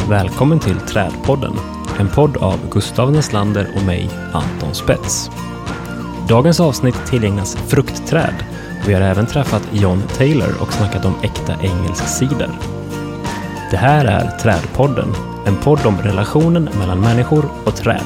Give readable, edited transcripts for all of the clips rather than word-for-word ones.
Välkommen till Trädpodden, en podd av Gustav Näslander och mig, Anton Spets. Dagens avsnitt tillägnas fruktträd och vi har även träffat John Taylor och snackat om äkta engelsk cider. Det här är Trädpodden, en podd om relationen mellan människor och träd.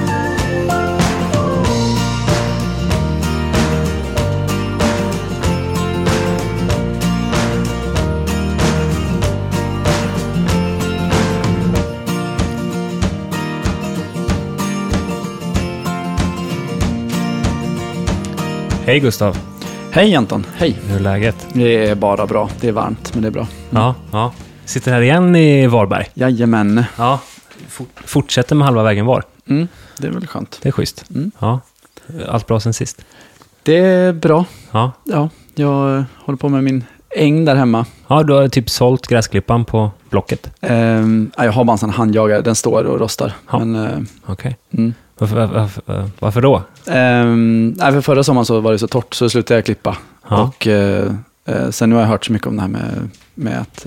Hej Gustav. Hej Anton, hej. Hur är läget? Det är bara bra, det är varmt men det är bra. Ja. Sitter här igen i Varberg. Jajamän. Ja, fortsätter med halva vägen var. Det är väl skönt. Det är schysst. Ja. Allt bra sen sist? Det är bra. Ja, Jag håller på med min äng där hemma. Ja, du har typ sålt gräsklippan på Blocket. Jag har bara en sån handjagare, den står och rostar. Ja. Okej. Varför då? För förra sommaren så var det så torrt så slutade jag klippa. Ja. Och sen nu har jag hört så mycket om det här med att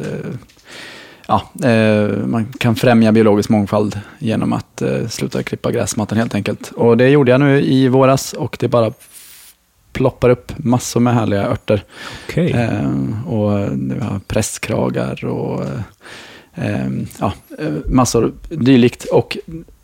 man kan främja biologisk mångfald genom att sluta klippa gräsmattan helt enkelt. Och det gjorde jag nu i våras och det bara ploppar upp massor med härliga örter. Okej. Och det har presskragar och massor dylikt. Och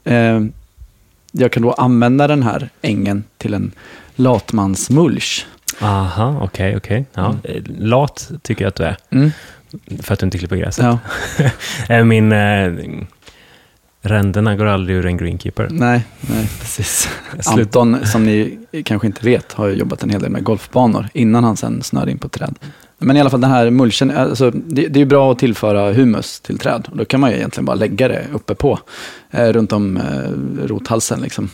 jag kan då använda den här ängen till en latmansmulch. Aha, okej. Ja. Lat tycker jag att du är. För att du inte klipper gräset. Ja. Min ränderna går aldrig ur en greenkeeper. Nej, precis. Anton, som ni kanske inte vet, har ju jobbat en hel del med golfbanor innan han sen snörde in på träd. Men i alla fall den här mulchen, alltså, det är ju bra att tillföra humus till träd. Och då kan man ju egentligen bara lägga det uppe på, runt om rothalsen liksom.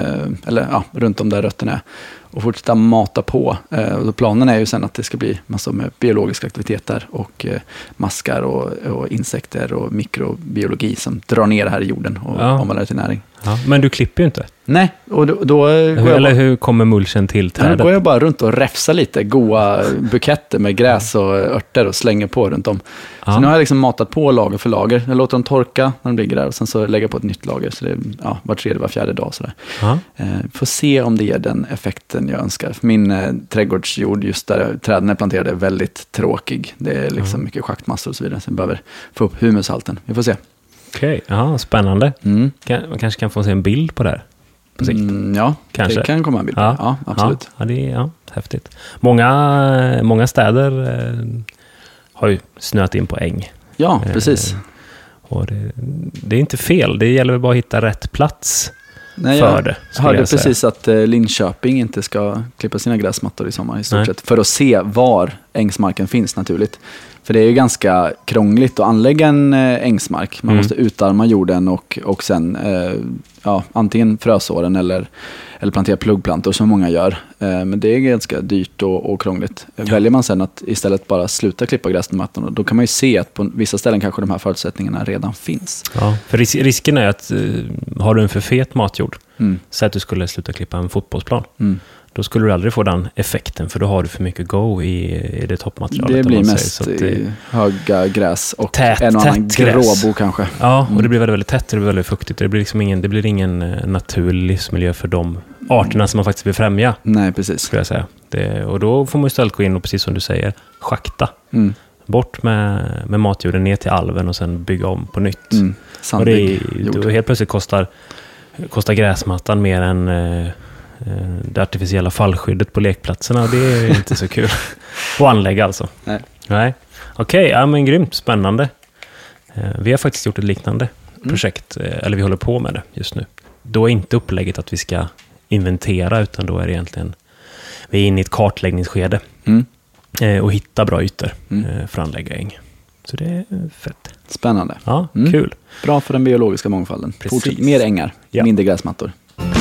Runt om där rötterna är. Och fortsätta mata på. Och planen är ju sen att det ska bli massor med biologiska aktiviteter och maskar och insekter och mikrobiologi som drar ner det här i jorden och omvandlar det till näring. Ja, men du klipper ju inte. Nej, och då hur kommer mulchen till trädet? Då går jag bara runt och räfsar lite goda buketter med gräs och örter och slänger på runt om. Ja. Så nu har jag liksom matat på lager för lager. Jag låter dem torka när de ligger där och sen så lägger jag på ett nytt lager. Så det är var tredje, var fjärde dag. Sådär. Ja. Får se om det ger den effekten jag önskar. För min trädgårdsjord just där träden är planterade är väldigt tråkig. Det är liksom mycket schaktmassor och så vidare. Så jag behöver få upp humushalten. Vi får se. Okej, spännande. Man kanske kan få se en bild på det här på sikt. Ja, kanske. Det kan komma en bild. Ja, absolut. Ja, det är häftigt. Många städer har ju snöat in på äng. Ja, precis. Och det är inte fel. Det gäller väl bara att hitta rätt plats för det. Jag hörde precis att Linköping inte ska klippa sina gräsmattor i sommar i stort sett. För att se var ängsmarken finns naturligt. För det är ju ganska krångligt att anlägga en ängsmark. Man måste utarma jorden och sen antingen frösåren eller plantera pluggplantor som många gör. Men det är ganska dyrt och krångligt. Väljer man sen att istället bara sluta klippa gräsmattorna, då kan man ju se att på vissa ställen kanske de här förutsättningarna redan finns. Ja, för risken är att har du en för fet matjord, så att du skulle sluta klippa en fotbollsplan. Då skulle du aldrig få den effekten, för då har du för mycket go i det toppmaterialet. Det blir mest höga gräs och en och annan gråbo kanske. Ja, och det blir väldigt tätt, det blir väldigt fuktigt. Det blir ingen naturlig livsmiljö för de arterna som man faktiskt vill främja. Nej, precis. Skulle jag säga. Och då får man istället gå in och, precis som du säger, schakta. Bort med matjorden ner till alven och sen bygga om på nytt. Och då helt plötsligt kostar gräsmattan mer än det artificiella fallskyddet på lekplatserna, och det är inte så kul att anlägga alltså. Nej. Okej, men grymt, spännande. Vi har faktiskt gjort ett liknande projekt, eller vi håller på med det just nu. Då är inte upplägget att vi ska inventera, utan då är det egentligen vi är inne i ett kartläggningsskede och hitta bra ytor för att anlägga äng. Så det är fett. Spännande. Ja, kul. Bra för den biologiska mångfalden. Fortsätt, mer ängar, mindre gräsmattor.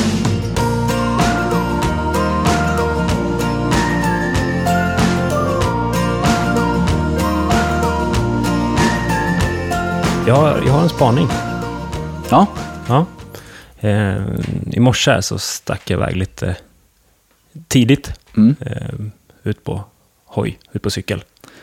Jag har en spaning. Ja. I morse så stack jag iväg lite tidigt ut på cykel.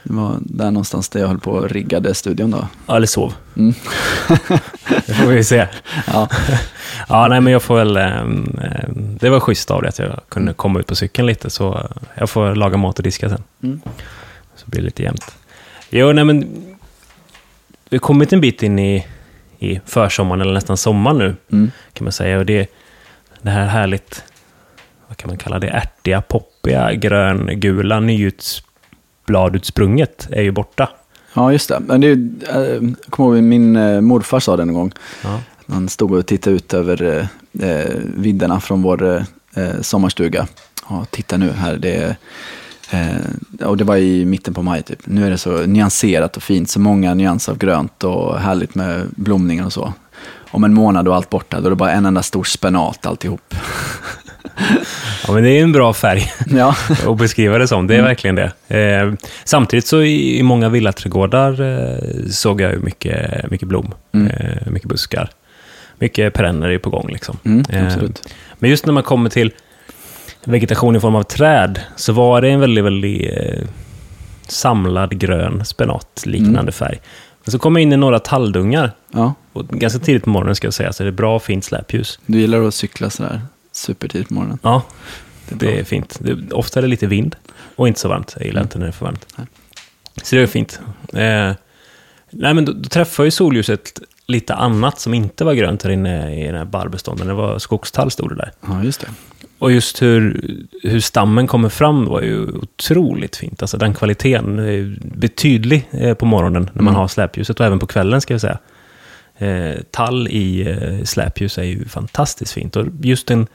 Det var där någonstans där jag höll på att riggade studion då. Ja, eller sov. Det får vi se. Ja. Ja, nej, men jag får väl... det var schysst av det att jag kunde komma ut på cykeln lite, så jag får laga mat och diska sen. Så blir det lite jämnt. Jo, nej, men vi har kommit en bit in i försommaren, eller nästan sommaren nu, kan man säga. Och det här härligt, vad kan man kalla det, ärtiga, poppiga, grön-gula, nyutsbladutsprunget är ju borta. Ja, just det. Men det är, jag kommer ihåg, min morfar sa det en gång. Ja. Han stod och tittade ut över vidderna från vår sommarstuga. Ja, titta nu här, det och det var i mitten på maj typ. Nu är det så nyanserat och fint, så många nyanser av grönt och härligt med blomningar och så. Om en månad och allt borta, då är det bara en enda stor spenat alltihop. Ja, men det är en bra färg ja. att beskriva det som. Det är verkligen det. Samtidigt så i många villaträdgårdar såg jag mycket blom, mycket buskar. Mycket perenner är på gång liksom. Absolut. Men just när man kommer till vegetation i form av träd, så var det en väldigt samlad grön spenat-liknande färg. Men så kommer in i några talldungar. Ja. Och ganska tidigt på morgonen ska jag säga, så det är bra fint släpljus. Du gillar att cykla sådär supertidigt på morgonen? Ja, det är fint. Ofta är det lite vind och inte så varmt. Jag gillar inte när det är för varmt. Nej. Så det är fint. Nej, men då träffar ju solljuset lite annat som inte var grönt här inne i den här barrbestånden. Det var skogstall stod det där. Ja, just det. Och just hur stammen kommer fram var ju otroligt fint. Alltså den kvaliteten är betydlig på morgonen när man har släpljuset, och även på kvällen ska jag säga. Tall i släpljus är ju fantastiskt fint. Och just en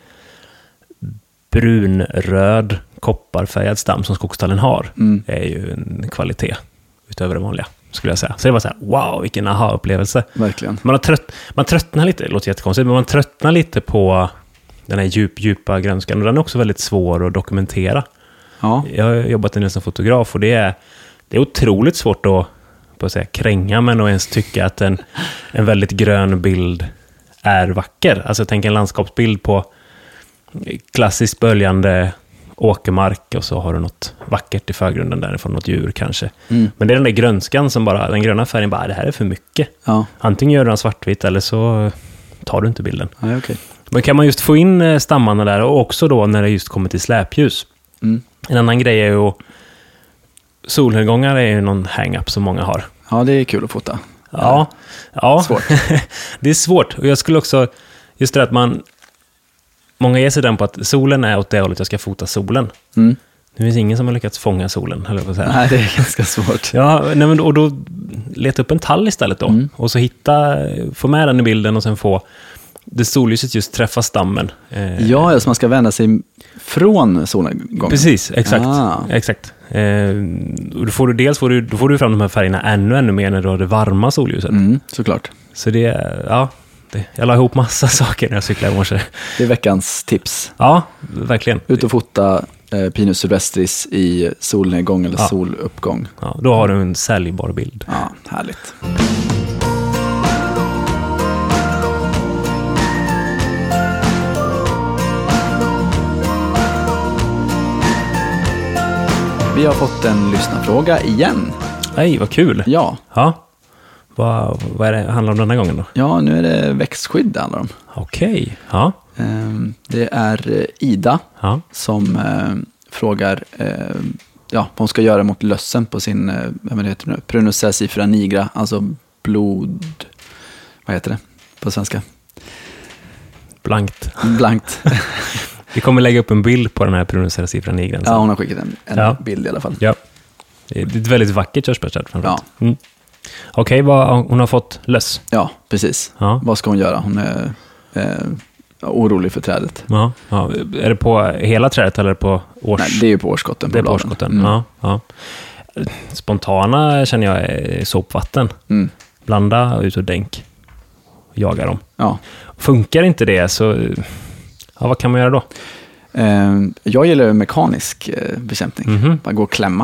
brunröd kopparfärgad stam som skogstallen har är ju en kvalitet utöver det vanliga, skulle jag säga. Så det var så här, wow, vilken aha-upplevelse. Verkligen. Man tröttnar lite, det låter jättekonstigt, men man tröttnar lite på den här djupa grönskan, och den är också väldigt svår att dokumentera. Ja. Jag har jobbat en del som fotograf, och det är otroligt svårt att säga kränga, men att ens tycka att en väldigt grön bild är vacker. Alltså jag tänker en landskapsbild på klassiskt böljande åkermark, och så har du något vackert i förgrunden därifrån, något djur kanske. Men det är den där grönskan som bara, den gröna färgen bara, det här är för mycket. Ja. Antingen gör du den svartvitt eller så tar du inte bilden. Ja, okay. Men kan man just få in stammarna där, och också då när det just kommer till släpljus. En annan grej är ju solnedgångar är ju någon hang-up som många har. Ja, det är kul att fota. Ja. Svårt. Det är svårt. Och jag skulle också, just det att många ger sig den på att solen är åt det hållet, jag ska fota solen. Det finns ingen som har lyckats fånga solen, höll jag på att säga. Nej, det är ganska svårt. Ja, nej, men och då leta upp en tall istället då. Och så få med den i bilden, och sen få det solljuset just träffa stammen. Ja, alltså man ska vända sig från solnedgången. Precis, exakt. Exakt. Och då får du fram de här färgerna ännu mer när du har det varma solljuset. Såklart. Så jag la ihop massa saker när jag cyklade i morse. Det är veckans tips. Ja, verkligen. Ut och fota Pinus sylvestris i solnedgång eller soluppgång. Ja, då har du en säljbar bild. Ja, härligt. Vi har fått en lyssnarfråga igen. Nej, vad kul. Ja. Vad är det handlar om denna gången då? Ja, nu är det växtskydd det handlar om. Okej. Ja. Det är Ida som frågar vad hon ska göra mot lössen på sin Prunus cercifera nigra, alltså vad heter det på svenska? Blankt. Vi kommer lägga upp en bild på den här Prunus cercifera nigran. Ja, hon har skickat en bild i alla fall. Ja. Det är ett väldigt vackert körsbärsträd framförallt. Ja. Okej, hon har fått löss. Ja, precis. Ja. Vad ska hon göra? Hon är orolig för trädet. Ja. Är det på hela trädet eller på Nej, det är ju på årskotten. Det är på årskotten. Ja. Spontana känner jag är sopvatten. Blanda ut och dänk. Jaga dem. Ja. Funkar inte det så vad kan man göra då? Jag gillar mekanisk bekämpning. Bara gå och klämma.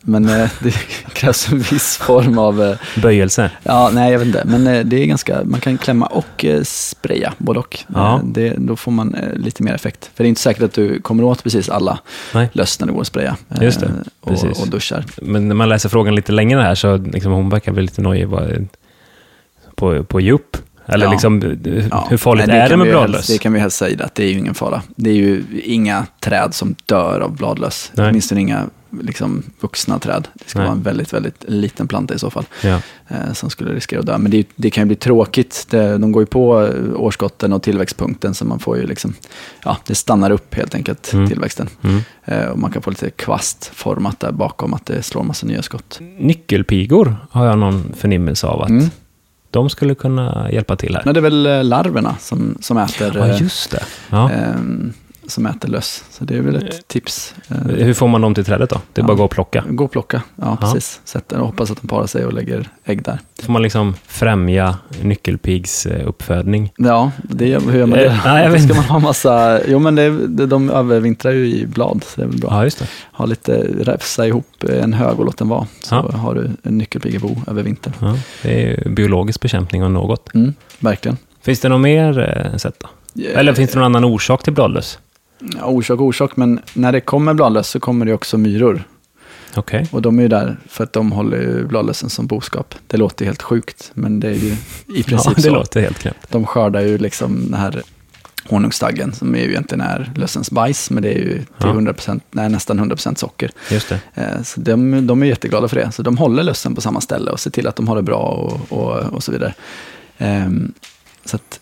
Men det krävs en viss form av... böjelse? Ja, nej jag vet inte. Men det är ganska, man kan klämma och spraya både och. Ja. Då får man lite mer effekt. För det är inte säkert att du kommer åt precis alla löss när du går och spraya. Just det, och duschar. Men när man läser frågan lite längre här så liksom, hon verkar väl lite nojig på djup. Eller liksom, hur farligt är det med bladlöss? Det kan vi helst säga, att det är ju ingen fara. Det är ju inga träd som dör av bladlöss. Åtminstone inga liksom, vuxna träd. Det ska vara en väldigt, väldigt liten planta i så fall. Som skulle riskera att dö. Men det kan ju bli tråkigt. De går ju på årskotten och tillväxtpunkten, så man får ju liksom, det stannar upp helt enkelt, tillväxten. Och man kan få lite kvastformat där bakom, att det slår en massa nya skott. Nyckelpigor har jag någon förnimmelse av att de skulle kunna hjälpa till här. Men det är väl larverna som äter... Ja, just det. Ja. Som äter löss. Så det är väl ett tips. Hur får man dem till trädet då? Det är bara att gå och plocka. Gå och plocka, precis. Sätter och hoppas att de parar sig och lägger ägg där. Får man liksom främja nyckelpigs uppfödning? Ja, hur gör man det? Nej, ska man ha massa... Jo, men de övervintrar ju i blad, så det är väl bra. Ja, just det. Ha lite, räfsa ihop en hög och låt den vara. Så har du en nyckelpigebo över vintern. Ja, det är biologisk bekämpning av något. Verkligen. Finns det något mer sätt då? Eller finns det någon annan orsak till bladlöss? Ja, orsak, men när det kommer bladlöss så kommer det också myror. Okay. Och de är ju där för att de håller bladlössen som boskap. Det låter helt sjukt, men det är ju i princip det låter helt knäppt. De skördar ju liksom den här honungstaggen som är ju egentligen är lössens bajs, men det är ju till 100%, nästan 100% socker. Just det. Så de är jätteglada för det. Så de håller lössen på samma ställe och ser till att de har det bra och så vidare. Så att...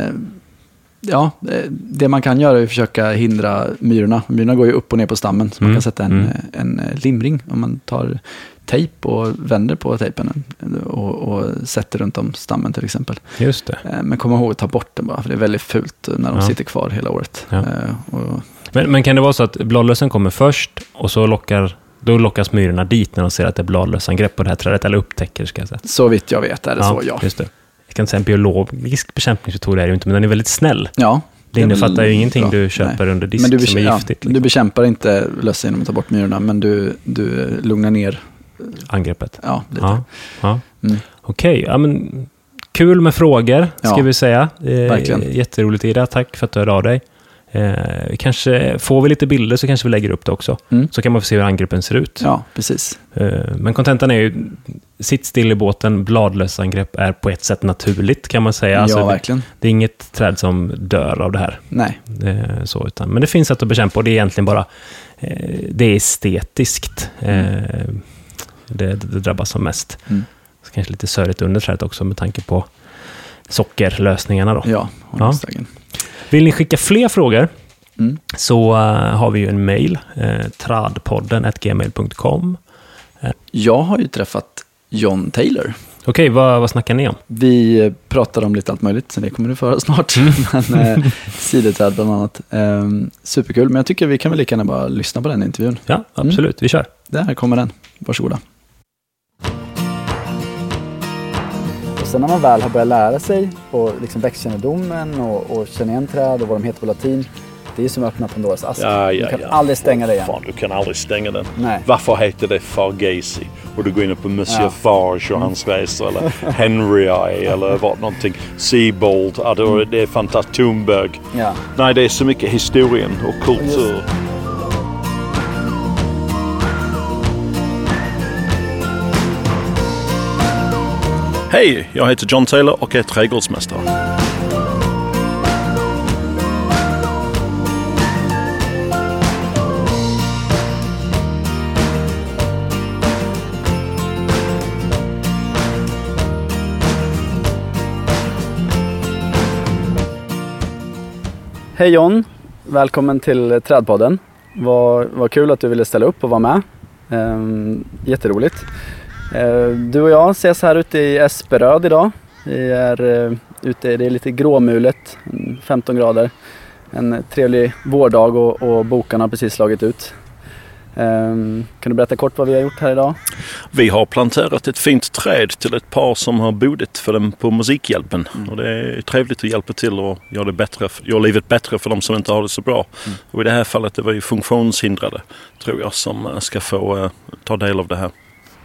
det man kan göra är att försöka hindra myrorna. Myrorna går ju upp och ner på stammen, så man kan sätta en limring. Om man tar tejp och vänder på tejpen och sätter runt om stammen till exempel. Just det. Men kom ihåg att ta bort den bara, för det är väldigt fult när de sitter kvar hela året. Ja. Men kan det vara så att bladlössen kommer först och så lockas myrorna dit när de ser att det är bladlösangrepp på det här trädet, eller upptäcker, ska jag säga? Så vitt jag vet är det så, ja. Just det. Jag kan säga en biologisk bekämpningsmetod är det ju inte, men den är väldigt snäll. Ja. Det innefattar ju ingenting du köper under disk som är giftigt. Liksom. Du bekämpar inte löss genom att ta bort myrorna, men du lugnar ner angreppet. Ja, lite. Okej, men kul med frågor, ska vi säga. Verkligen. Jätteroligt, Ida. Tack för att du hörde av dig. Kanske får vi lite bilder så kanske vi lägger upp det också. Så kan man få se hur angreppen ser ut. Ja, precis. Men kontentan är ju, sitt still i båten, bladlösangrepp är på ett sätt naturligt, kan man säga. Alltså, verkligen. Det är inget träd som dör av det här. Nej. Men det finns sätt att bekämpa, och det är egentligen bara det är estetiskt. Det drabbas som mest. Så kanske lite sörigt under trädet också med tanke på sockerlösningarna då. Ja, honungstaggen. Vill ni skicka fler frågor så har vi ju en mejl, tradpodden@gmail.com. Jag har ju träffat John Taylor. Okej, vad snackar ni om? Vi pratar om lite allt möjligt, så det kommer du föra snart. Men sideträd bland annat. Superkul, men jag tycker vi kan väl lika gärna bara lyssna på den intervjun. Ja, absolut. Vi kör. Där kommer den. Varsågoda. Sen när man väl har börjat lära sig och liksom växtkännedomen och känna igen träd och vad de heter på latin, det är som att öppna Pandoras ask. Du kan aldrig stänga det igen. Fan, du kan aldrig stänga den. Nej. Varför heter det Fargesi? Och du går in på Monsieur Farge och hans resor, eller Henry eller vad någonting. Seabold, det är fantastiskt. Thunberg. Ja. Nej, det är så mycket historien och kultur. Hej, jag heter John Taylor och är trädgårdsmästare. Hej John, välkommen till Trädpodden. Vad kul att du ville ställa upp och vara med. Jätteroligt. Du och jag ses här ute i Esperöd idag. Vi är ute, det är lite gråmulet, 15 grader. En trevlig vårdag och bokarna har precis slagit ut. Kan du berätta kort vad vi har gjort här idag? Vi har planterat ett fint träd till ett par som har bodit för dem på Musikhjälpen. Och det är trevligt att hjälpa till och göra livet bättre för de som inte har det så bra. Och i det här fallet det var ju funktionshindrade, tror jag, som ska få ta del av det här.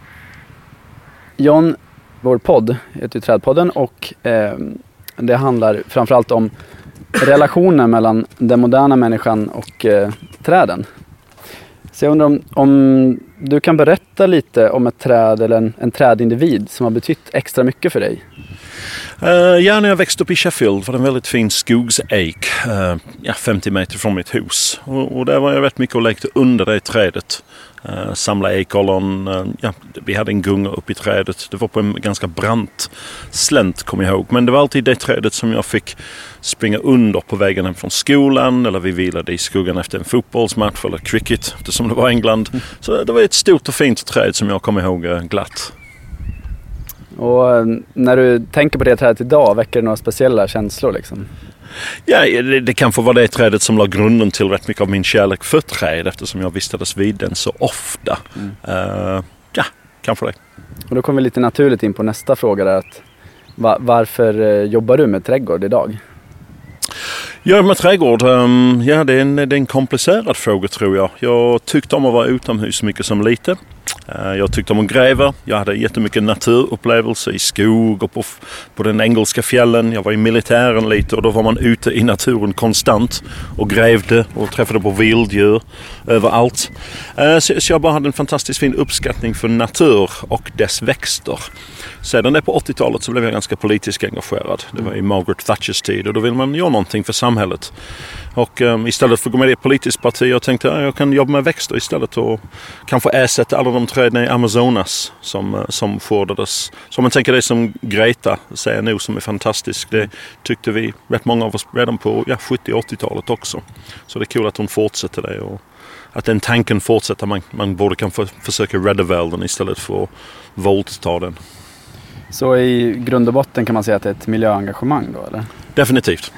John, vår podd heter Trädpodden och det handlar framförallt om relationen mellan den moderna människan och träden. Så jag undrar om du kan berätta lite om ett träd eller en trädindivid som har betytt extra mycket för dig. Ja, när jag växte upp i Sheffield var det en väldigt fin skogsäk 50 meter från mitt hus. Och där var jag rätt mycket och lekte under det trädet. Samla ekollon. Vi hade en gunga upp i trädet. Det var på en ganska brant slänt, kommer jag ihåg. Men det var alltid det trädet som jag fick springa under på vägen hem från skolan. Eller vi vilade i skuggan efter en fotbollsmatch eller cricket, eftersom det var England. Så det var ett stort och fint träd som jag kommer ihåg glatt. Och när du tänker på det trädet idag, väcker det några speciella känslor liksom? Ja, det kan få vara det trädet som la grunden till rätt mycket av min kärlek för träd, eftersom jag vistades vid den så ofta. Kanske det. Och då kommer vi lite naturligt in på nästa fråga där. Varför jobbar du med trädgård idag? Ja, med trädgård, det är en komplicerad fråga, tror jag. Jag tyckte om att vara utomhus mycket som lite. Jag tyckte om att gräva. Jag hade jättemycket naturupplevelser i skog och på den engelska fjällen. Jag var i militären lite och då var man ute i naturen konstant och grävde och träffade på vilddjur överallt. Så jag bara hade en fantastiskt fin uppskattning för natur och dess växter. Sedan på 80-talet så blev jag ganska politiskt engagerad. Det var i Margaret Thatchers tid och då vill man göra någonting för samhället. Och istället för att gå med i ett politiskt parti, jag tänkte att jag kan jobba med växter istället och kanske ersätta alla de träden i Amazonas som skördades. Så man tänker det som Greta säger nu, som är fantastisk. Det tyckte vi rätt många av oss redan på 70- och 80-talet också. Så det är kul att hon fortsätter det och att den tanken fortsätter. Man borde kan försöka rädda världen istället för att våldta den. Så i grund och botten kan man säga att det är ett miljöengagemang då, eller? Definitivt.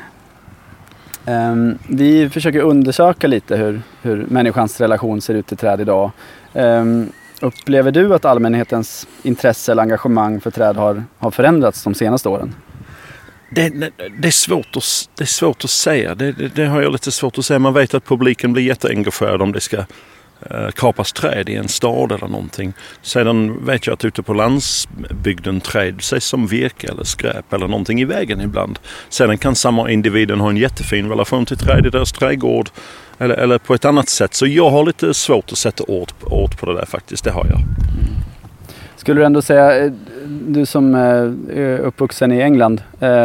Vi försöker undersöka lite hur människans relation ser ut till träd idag. Upplever du att allmänhetens intresse eller engagemang för träd har förändrats de senaste åren? Det är svårt att säga. Det har jag lite svårt att säga. Man vet att publiken blir jätteengagerad om det ska kapas träd i en stad eller någonting. Sedan vet jag att ute på landsbygden träd ses som virke eller skräp eller någonting i vägen ibland. Sedan kan samma individen ha en jättefin relation till träd i deras trädgård eller på ett annat sätt. Så jag har lite svårt att sätta ord på det där faktiskt. Det har jag. Skulle du ändå säga, du som är uppvuxen i England,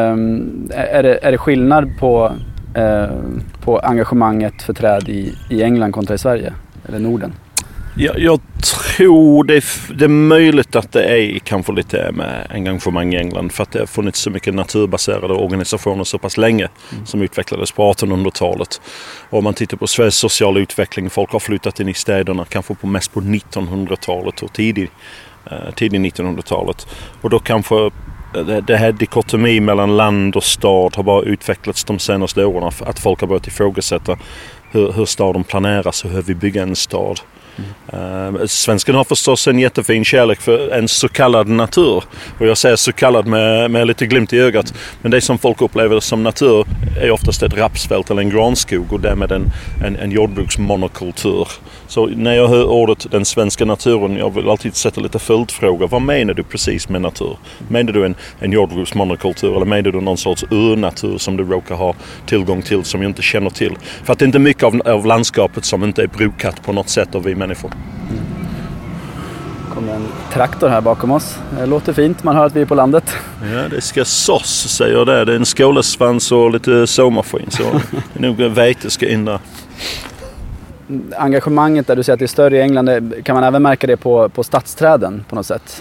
är det skillnad på engagemanget för träd i England kontra i Sverige? Eller Norden? Jag tror det är möjligt att det är kanske lite med engagemang i England för att det har funnits så mycket naturbaserade organisationer så pass länge som utvecklades på 1800-talet. Och om man tittar på Sveriges sociala utveckling, folk har flyttat in i städerna kanske mest på 1900-talet och tidigt 1900-talet. Och då kanske det här dikotomi mellan land och stad har bara utvecklats de senaste åren, att folk har börjat ifrågasätta hur staden planeras och hur vi bygger en stad. Svensken har förstås en jättefin kärlek för en så kallad natur. Och jag säger så kallad med lite glimt i ögat. Men det som folk upplever som natur är oftast ett rapsfält eller en granskog och därmed en jordbruksmonokultur. Så när jag hör ordet den svenska naturen, jag vill alltid sätta lite följdfrågor. Vad menar du precis med natur? Menar du en jordbruksmonokultur eller menar du någon sorts urnatur som du råkar ha tillgång till som jag inte känner till? För att det är inte mycket av landskapet som inte är brukat på något sätt av vi människor. Det kommer en traktor här bakom oss. Det låter fint, man hör att vi är på landet. Ja, det ska sås, säger det. Det är en skålesvans och lite såmaskin. Så det är nog vete ska in där. Engagemanget där du säger att det är större i England, kan man även märka det på stadsträden på något sätt?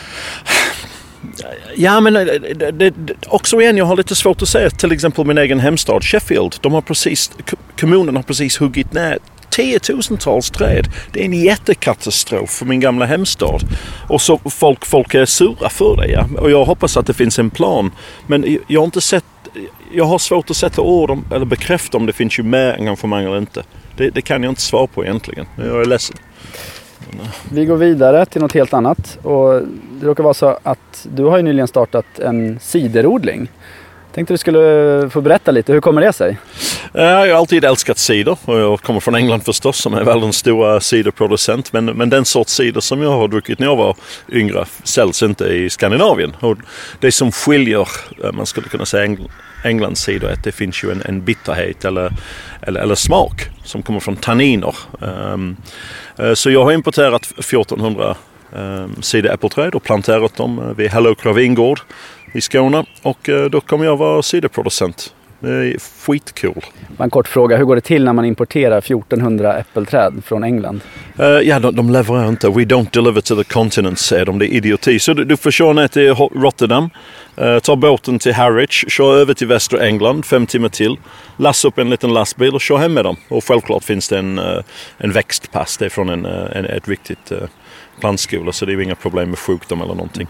Ja, men också igen, jag har lite svårt att säga. Till exempel min egen hemstad Sheffield, kommunen har precis huggit ner 10 000-tals träd. Det är en jättekatastrof för min gamla hemstad. Och så folk är sura för det, ja. Och jag hoppas att det finns en plan. Men jag har svårt att sätta ord eller bekräfta om det finns ju mer engagemang eller inte. Det kan jag inte svara på egentligen. Jag är ledsen. Vi går vidare till något helt annat. Och det råkar vara så att du har ju nyligen startat en ciderodling. Tänkte du skulle få berätta lite, hur kommer det sig? Jag har alltid älskat cider och jag kommer från England förstås som är väl en stor ciderproducent. Men den sorts cider som jag har druckit när jag var yngre säljs inte i Skandinavien. Och det som skiljer, man skulle kunna säga Englands cider, är att det finns ju en bitterhet eller smak som kommer från tanniner. Så jag har importerat 1400 cideräppelträd och planterat dem vid Hallåkra vingård i Skåne och då kommer jag vara ciderproducent. Det är skitkul. En kort fråga, hur går det till när man importerar 1400 äppelträd från England? De levererar inte. We don't deliver to the continent, säger de. Det är idioti. Så du får köra ner till Rotterdam, ta båten till Harwich, kör över till västra England 5 timmar till, lassa upp en liten lastbil och kör hem med dem. Och självklart finns det en växtpass. Det är från ett riktigt plantskola, så det är inga problem med sjukdom eller någonting.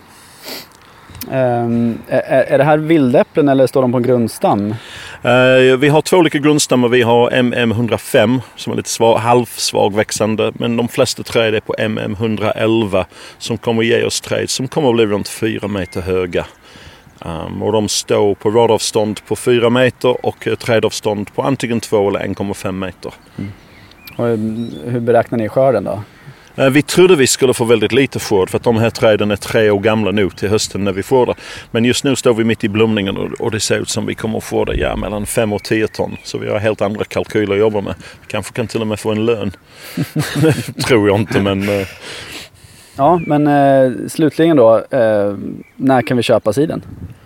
Är det här vildäpplen eller står de på en grundstam? Vi har 2 olika grundstammar. Vi har MM105 som är lite halvsvagväxande, men de flesta träd är på MM111 som kommer ge oss träd som kommer att bli runt 4 meter höga. Och de står på radavstånd på 4 meter och trädavstånd på antingen 2 eller 1,5 meter. Och hur beräknar ni skörden då? Vi trodde vi skulle få väldigt lite skörd för att de här träden är 3 år gamla nu till hösten när vi får det. Men just nu står vi mitt i blomningen och det ser ut som vi kommer att få det mellan 5 och 10 ton. Så vi har helt andra kalkyler att jobba med. Vi kanske kan till och med få en lön. Tror jag inte, men... Ja, men slutligen då, när kan vi köpa siden?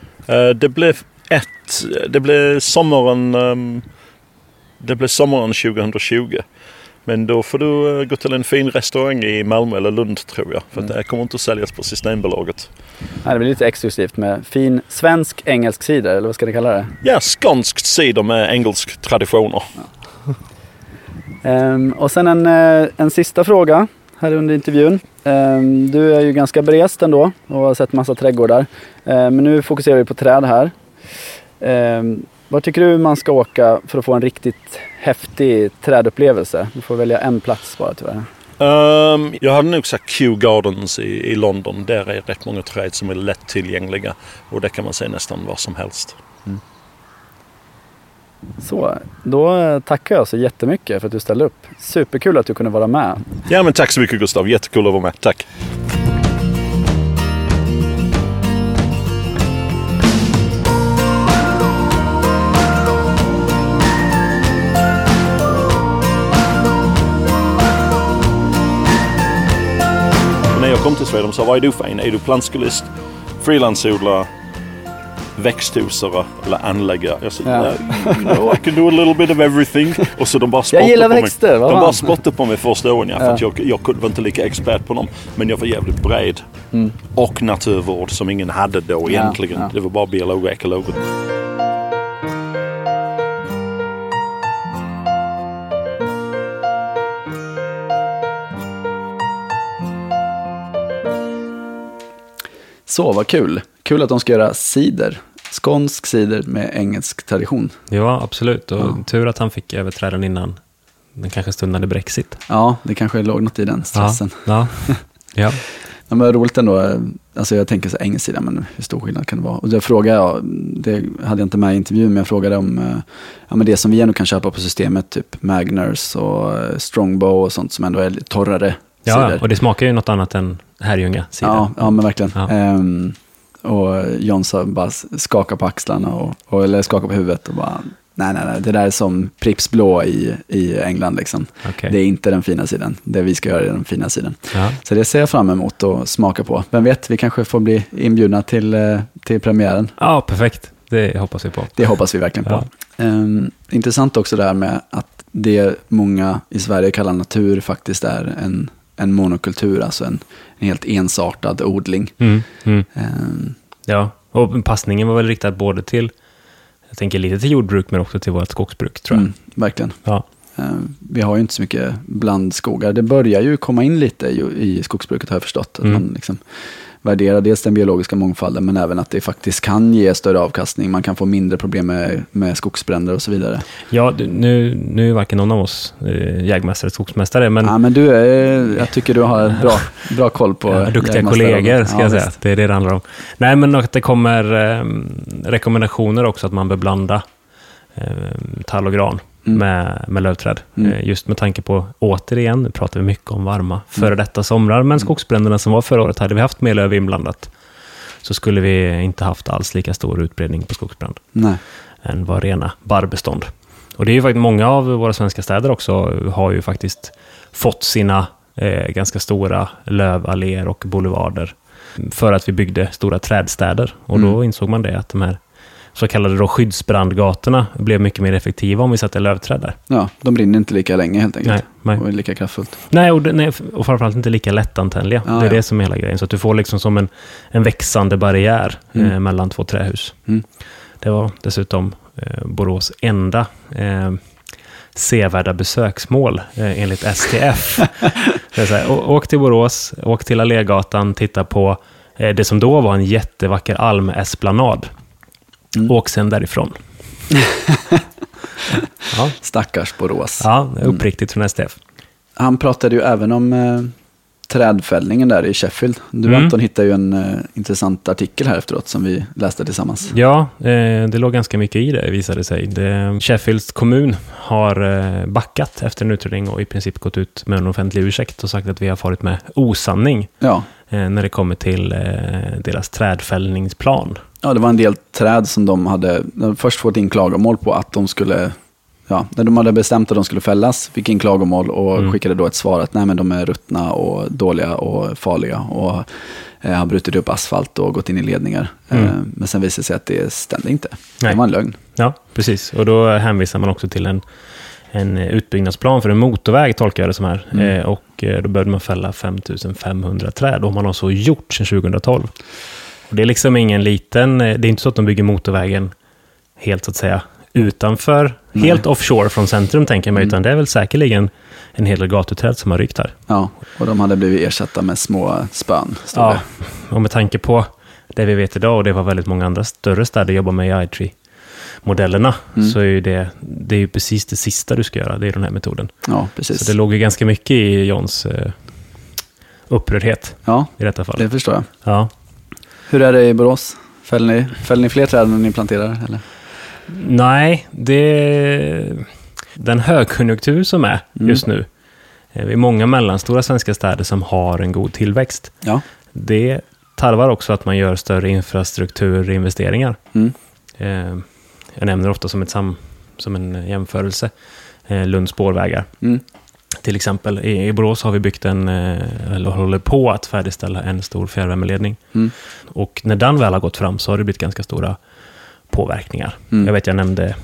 Det blev sommaren 2020. Men då får du gå till en fin restaurang i Malmö eller Lund, tror jag. För att det här kommer inte att säljas på Systembolaget. Det blir lite exklusivt med fin svensk engelsk cider, eller vad ska det kalla det? Ja, skånskt cider med engelsk traditioner. Ja. Och sen en sista fråga här under intervjun. Du är ju ganska berest ändå och har sett massa trädgårdar. Men nu fokuserar vi på träd här. Var tycker du man ska åka för att få en riktigt häftig trädupplevelse? Du får välja en plats bara tyvärr. Jag hade nog sagt Kew Gardens i London. Där är rätt många träd som är lätt tillgängliga. Och där kan man se nästan vad som helst. Mm. Så, då tackar jag så jättemycket för att du ställde upp. Superkul att du kunde vara med. Ja, men tack så mycket Gustav. Jättekul att vara med. Tack. När jag kom till Sverige, de sa, vad är du för en? Är du plantskolist, frilansodlare, växthusare eller anläggare? Jag sa, I can do a little bit of everything. Och så de bara spottade jag gillar på växter, mig. De bara spottade på mig första åren. För att jag var inte lika expert på dem. Men jag var jävligt bred. Och naturvård som ingen hade då egentligen. Det var bara biolog och ekolog. Så, vad kul. Kul att de ska göra cider. Skånsk cider med engelsk tradition. Ja, absolut. Och tur att han fick överträda den innan den kanske stundade Brexit. Ja, det kanske låg något i den stressen. Ja. Ja, men roligt ändå. Alltså jag tänker så engelsk sida, men hur stor skillnad kan det vara? Och det frågade jag, det hade jag inte med i intervjun, men jag frågade om men det som vi ändå kan köpa på systemet, typ Magners och Strongbow och sånt som ändå är torrare cider. Ja, och det smakar ju något annat än Herrljunga cider. Ja, men verkligen. Ja. Och Jonsson bara skakar på axlarna eller skakar på huvudet och bara nej, det där är som Pripps Blå i England liksom. Okay. Det är inte den fina sidan. Det vi ska göra är den fina sidan. Ja. Så det ser jag fram emot att smaka på. Vem vet, vi kanske får bli inbjudna till premiären. Ja, perfekt. Det hoppas vi på. Det hoppas vi verkligen på. Ja. Intressant också det här med att det många i Sverige kallar natur faktiskt är en monokultur, alltså en helt ensartad odling. Ja, och passningen var väl riktad både till, jag tänker lite till jordbruk, men också till vårt skogsbruk, tror jag. Verkligen. Ja. Vi har ju inte så mycket blandskogar. Det börjar ju komma in lite i skogsbruket, har jag förstått. Att man liksom, värdera dels den biologiska mångfalden, men även att det faktiskt kan ge större avkastning. Man kan få mindre problem med skogsbränder och så vidare. Ja, nu är varken någon av oss jägmästare, skogsmästare. Men... Ja, men jag tycker du har bra koll på duktiga kollegor, ska jag säga. Det är det handlar om. Nej, men att det kommer rekommendationer också att man bör blanda tall och gran med lövträd. Just med tanke på, återigen, nu pratar vi mycket om varma före detta somrar, men skogsbränderna som var förra året, hade vi haft mer löv inblandat så skulle vi inte haft alls lika stor utbredning på skogsbränd än vad rena barrbestånd. Och det är ju faktiskt många av våra svenska städer också har ju faktiskt fått sina ganska stora lövalléer och boulevarder för att vi byggde stora trädstäder. Och då insåg man det att de här så kallade då skyddsbrandgatorna blev mycket mer effektiva om vi satte lövträd där. Ja, de brinner inte lika länge helt enkelt. Nej. Och är lika kraftfullt. Nej, och framförallt inte lika lättantändliga. Det är det som är hela grejen. Så att du får liksom som en växande barriär mellan två trähus. Det var dessutom Borås enda sevärda besöksmål enligt STF. Det är så här, åk till Borås, åk till Allégatan, titta på det som då var en jättevacker almesplanad. Åk sen därifrån. Ja. Stackars Borås. Ja, uppriktigt från STF. Han pratade ju även om trädfällningen där i Sheffield. Du Anton hittade ju en intressant artikel här efteråt som vi läste tillsammans. Ja, det låg ganska mycket i det, visade sig. Sheffields kommun har backat efter en utredning och i princip gått ut med en offentlig ursäkt och sagt att vi har farit med osanning när det kommer till deras trädfällningsplan. Ja, det var en del träd som de hade först fått in klagomål på att de skulle, när de hade bestämt att de skulle fällas, fick in klagomål och skickade då ett svar att nej, men de är ruttna och dåliga och farliga och har brutit upp asfalt och gått in i ledningar. Men sen visade det sig att det stämde inte. Det var en lögn. Ja, precis. Och då hänvisar man också till en utbyggnadsplan för en motorväg, tolkar jag det som här. Och då började man fälla 5500 träd och man har så gjort sedan 2012. Och det är liksom ingen liten, det är inte så att de bygger motorvägen helt så att säga utanför, helt offshore från centrum tänker jag mig, utan det är väl säkerligen en hel del gatuträd som har rykt här. Ja, och de hade blivit ersatta med små spön. Ja, och med tanke på det vi vet idag, och det var väldigt många andra större städer jobbar med i iTree-modellerna, så är ju det är ju precis det sista du ska göra, det är den här metoden. Ja, precis. Så det låg ju ganska mycket i Johns upprördhet i detta fall. Det förstår jag. Ja. Hur är det i Borås? Fäller ni fler träd än ni planterar? Eller? Nej, den högkonjunktur som är just nu. Det är många mellanstora svenska städer som har en god tillväxt. Ja. Det tarvar också att man gör större infrastrukturinvesteringar. Jag nämner ofta som en jämförelse Lunds spårvägar. Till exempel i Borås har vi byggt eller håller på att färdigställa en stor fjärrvärmeledning. Och när den väl har gått fram så har det blivit ganska stora påverkningar. Jag nämnde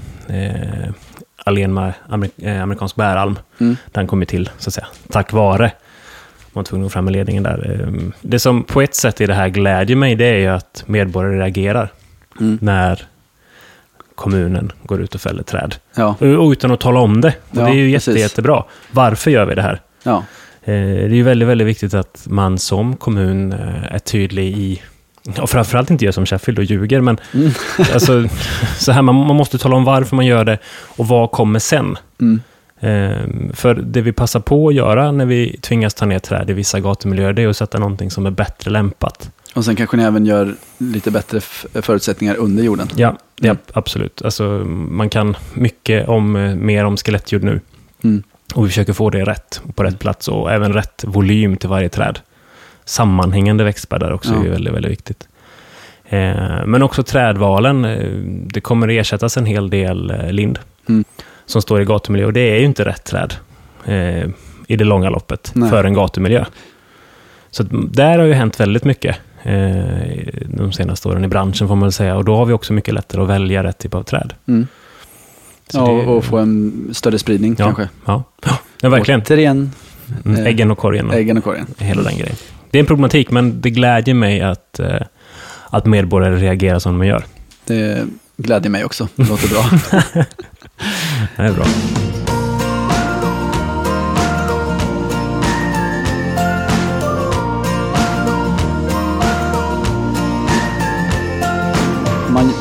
allén med amerikansk bäralm. Den kom ju till så att säga tack vare man var tvungen att fram med ledningen där. Det som på ett sätt i det här glädjer mig, det är ju att medborgare reagerar när kommunen går ut och fäller träd. Ja. Och utan att tala om det. Och det är ju jättebra. Varför gör vi det här? Ja. Det är ju väldigt, väldigt viktigt att man som kommun är tydlig i, och framförallt inte gör som Sheffield och ljuger, men alltså, så här, man måste tala om varför man gör det och vad kommer sen. För det vi passar på att göra när vi tvingas ta ner träd i vissa gatumiljöer, det är att sätta någonting som är bättre lämpat. Och sen kanske ni även gör lite bättre förutsättningar under jorden. Ja, absolut. Alltså, man kan mycket mer om skelettjord nu. Och vi försöker få det rätt på rätt plats och även rätt volym till varje träd. Sammanhängande växtbäddar också är väldigt, väldigt viktigt. Men också trädvalen. Det kommer ersättas en hel del lind som står i gatumiljö. Och det är ju inte rätt träd i det långa loppet för en gatumiljö. Så där har ju hänt väldigt mycket de senaste åren i branschen får man väl säga. Och då har vi också mycket lättare att välja rätt typ av träd. Och få en större spridning kanske. Ja, verkligen. Återigen. Äggen och korgen. Hela den grejen. Det är en problematik, men det glädjer mig att medborgare reagerar som de gör. Det glädjer mig också. Det låter bra. Det är bra.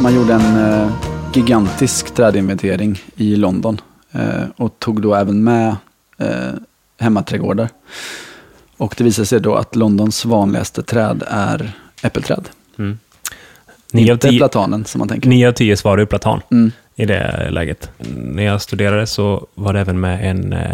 man gjorde en gigantisk trädinventering i London och tog då även med hemmaträdgårdar. Och det visade sig då att Londons vanligaste träd är äppelträd. Mm. Inte platanen som man tänker. 9 av 10 svarar ju platan i det läget. När jag studerade så var det även med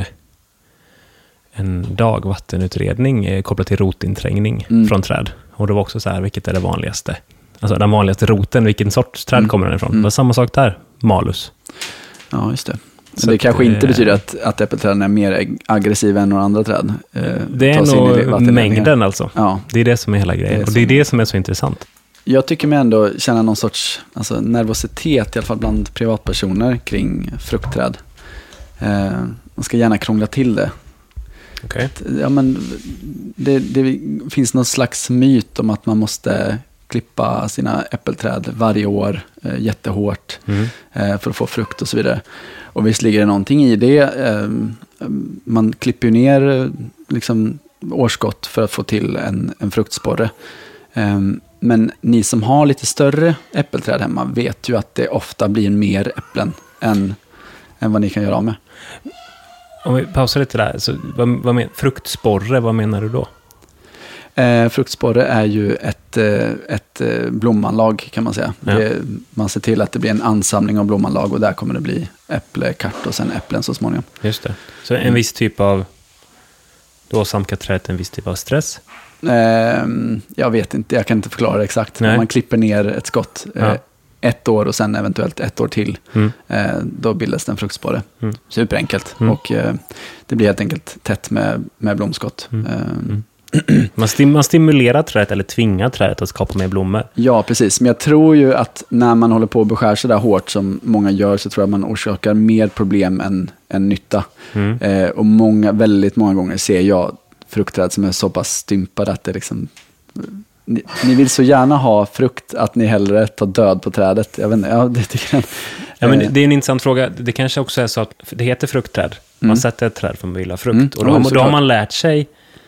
en dagvattenutredning kopplat till rotinträngning från träd. Och det var också så här, vilket är det vanligaste? Alltså den vanligaste roten, vilken sorts träd kommer den ifrån? Det var samma sak där, malus. Ja, just det. Så det kanske inte betyder att äppelträden är mer aggressiva än några andra träd. Det är nog mängden alltså. Ja. Det är det som är hela grejen. Och det är det som är så intressant. Jag tycker mig ändå känna någon sorts nervositet, i alla fall bland privatpersoner, kring fruktträd. Man ska gärna krångla till det. Okay. Ja, men det finns någon slags myt om att man måste klippa sina äppelträd varje år jättehårt för att få frukt och så vidare. Och visst ligger det någonting i det. Man klipper ju ner liksom årskott för att få till en fruktsporre. Men ni som har lite större äppelträd hemma vet ju att det ofta blir mer äpplen än vad ni kan göra av med. Om vi pausar lite där. Så, fruktsporre, vad menar du då? Fruktsporre är ju ett blommanlag kan man säga. Ja. Man ser till att det blir en ansamling av blommanlag och där kommer det bli äpplekart och sen äpplen så småningom. Just det. Så en viss typ av, då åsamkar trädet en viss typ av stress? Jag vet inte, jag kan inte förklara det exakt. Nej. Om man klipper ner ett skott ett år och sen eventuellt ett år till, då bildas det en fruktsporre. Superenkelt. Och det blir helt enkelt tätt med blomskott. Man stimulerar trädet eller tvingar trädet att skapa mer blommor. Ja, precis. Men jag tror ju att när man håller på att beskär sig där hårt som många gör, så tror jag man orsakar mer problem än nytta. Och väldigt många gånger ser jag fruktträd som är så pass stympade att det liksom... Ni vill så gärna ha frukt att ni hellre tar död på trädet. Jag vet inte, det tycker jag. Ja, men det är en intressant fråga. Det kanske också är så att det heter fruktträd. Man sätter ett träd för att man vill ha frukt. Och då har man lärt sig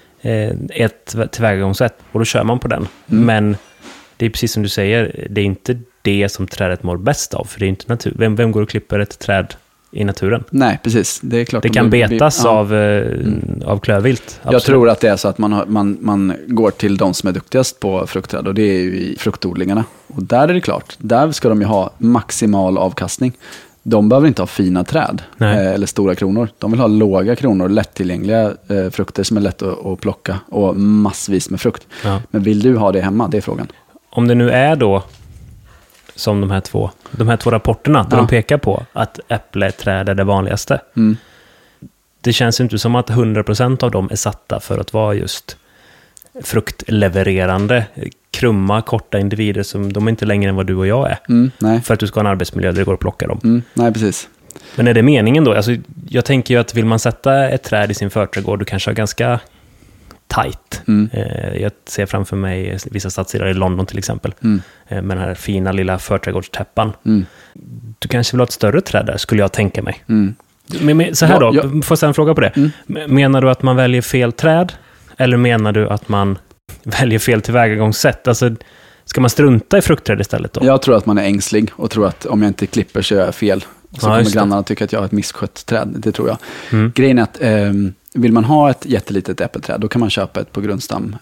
ett tillvägagångssätt och då kör man på den. Men det är precis som du säger, det är inte det som trädet mår bäst av. För det är inte natur. Vem går och klipper ett träd i naturen? Nej, precis. Det är klart. Det kan betas av klövvilt. Absolut. Jag tror att det är så att man går till de som är duktigast på fruktträd, och det är ju i fruktodlingarna. Och där är det klart, där ska de ju ha maximal avkastning. De behöver inte ha fina träd eller stora kronor. De vill ha låga kronor, lättillgängliga frukter som är lätt att plocka och massvis med frukt. Ja. Men vill du ha det hemma? Det är frågan. Om det nu är då som de här två rapporterna där de pekar på att äppleträd är det vanligaste. Det känns inte som att 100% av dem är satta för att vara just fruktlevererande, krumma, korta individer som de är inte längre än vad du och jag är. Nej. För att du ska ha en arbetsmiljö där det går att plocka dem. Nej, precis. Men är det meningen då? Alltså, jag tänker ju att vill man sätta ett träd i sin förträdgård, du kanske har ganska tajt. Jag ser framför mig vissa stadsdelar i London till exempel. Med den här fina lilla förträdgårdstäppan. Du kanske vill ha ett större träd där, skulle jag tänka mig. Men så här då, får jag ställa en fråga på det. Menar du att man väljer fel träd? Eller menar du att man väljer fel tillvägagångssätt? Alltså, ska man strunta i fruktträd istället då? Jag tror att man är ängslig och tror att om jag inte klipper så gör jag fel. Och så kommer grannarna tycka att jag har ett misskött träd. Det tror jag. Grejen är att vill man ha ett jättelitet äppelträd, då kan man köpa ett på grundstam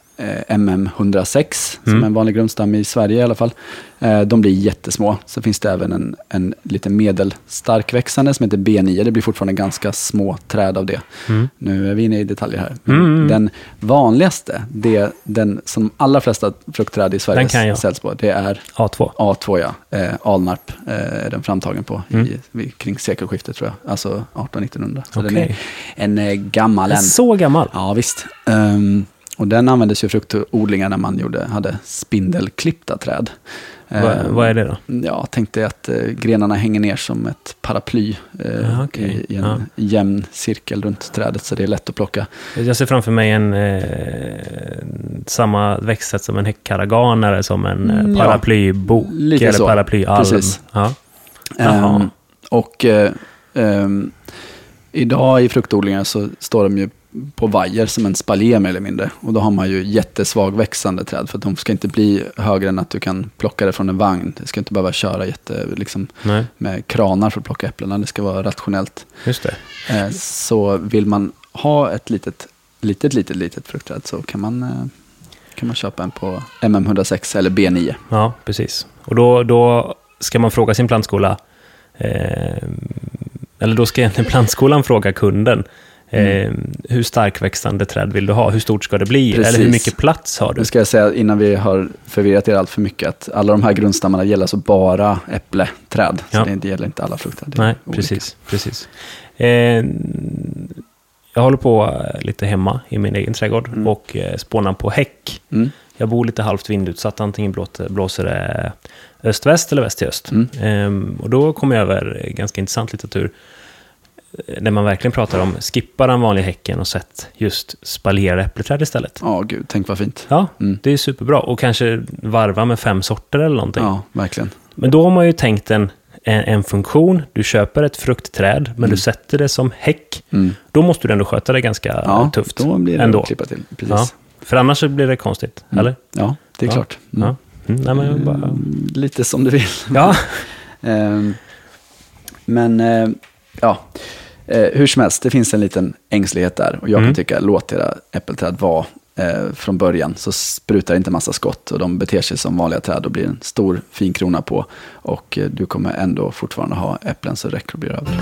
MM106, som är en vanlig grundstam i Sverige i alla fall. De blir jättesmå. Så finns det även en lite medelstark växande som heter B9. Det blir fortfarande ganska små träd av det. Nu är vi inne i detaljer här. Den vanligaste, den som allra flesta fruktträd i Sverige säljs på, det är A2 ja. Alnarp är den framtagen på kring sekelskiftet tror jag. Alltså 1800-1900. Så den är en gammal. Så gammal? Ja, visst. Och den användes ju i fruktodlingar när man hade spindelklippta träd. Vad är det då? Ja, tänkte att grenarna hänger ner som ett paraply i en jämn cirkel runt trädet, så det är lätt att plocka. Jag ser framför mig samma växtsätt som en häckkaragan eller som en paraplybok eller så. Paraplyalm. Precis. Och idag i fruktodlingar så står de ju på vajer som en spalier mer eller mindre. Och då har man ju jättesvag växande träd för att de ska inte bli högre än att du kan plocka det från en vagn. Det ska inte behöva köra med kranar för att plocka äpplena. Det ska vara rationellt. Just det. Så vill man ha ett litet fruktträd så kan man köpa en på MM106 eller B9. Ja, precis. Och då ska man fråga sin plantskola, eller då ska egentligen plantskolan fråga kunden, hur starkväxande träd vill du ha? Hur stort ska det bli? Precis. Eller hur mycket plats har du? Nu ska jag säga innan vi har förvirrat er allt för mycket att alla de här grundstammarna gäller så bara äppleträd. Så det gäller inte alla fruktträd. Nej, precis. Jag håller på lite hemma i min egen trädgård och spånar på häck. Jag bor lite halvt vindutsatt, antingen blåser det öst-väst eller väst till öst. Och då kommer jag över ganska intressant litteratur när man verkligen pratar om skippa den vanliga häcken och sätt just spaljerade äppleträd istället. Ja, gud, tänk vad fint. Ja, det är superbra. Och kanske varva med 5 sorter eller någonting. Ja, verkligen. Men då har man ju tänkt en funktion. Du köper ett fruktträd, men du sätter det som häck. Då måste du ändå sköta det ganska tufft. Då blir det att klippa till. Precis. Ja, för annars så blir det konstigt, eller? Ja, det är klart. Ja. Nej, men bara... Lite som du vill. Ja. Hur som helst, det finns en liten ängslighet där. Och jag kan tycka, låt era äppelträd vara från början. Så sprutar inte massa skott och de beter sig som vanliga träd och blir en stor fin krona på. Och du kommer ändå fortfarande ha äpplen så räcker och blir över.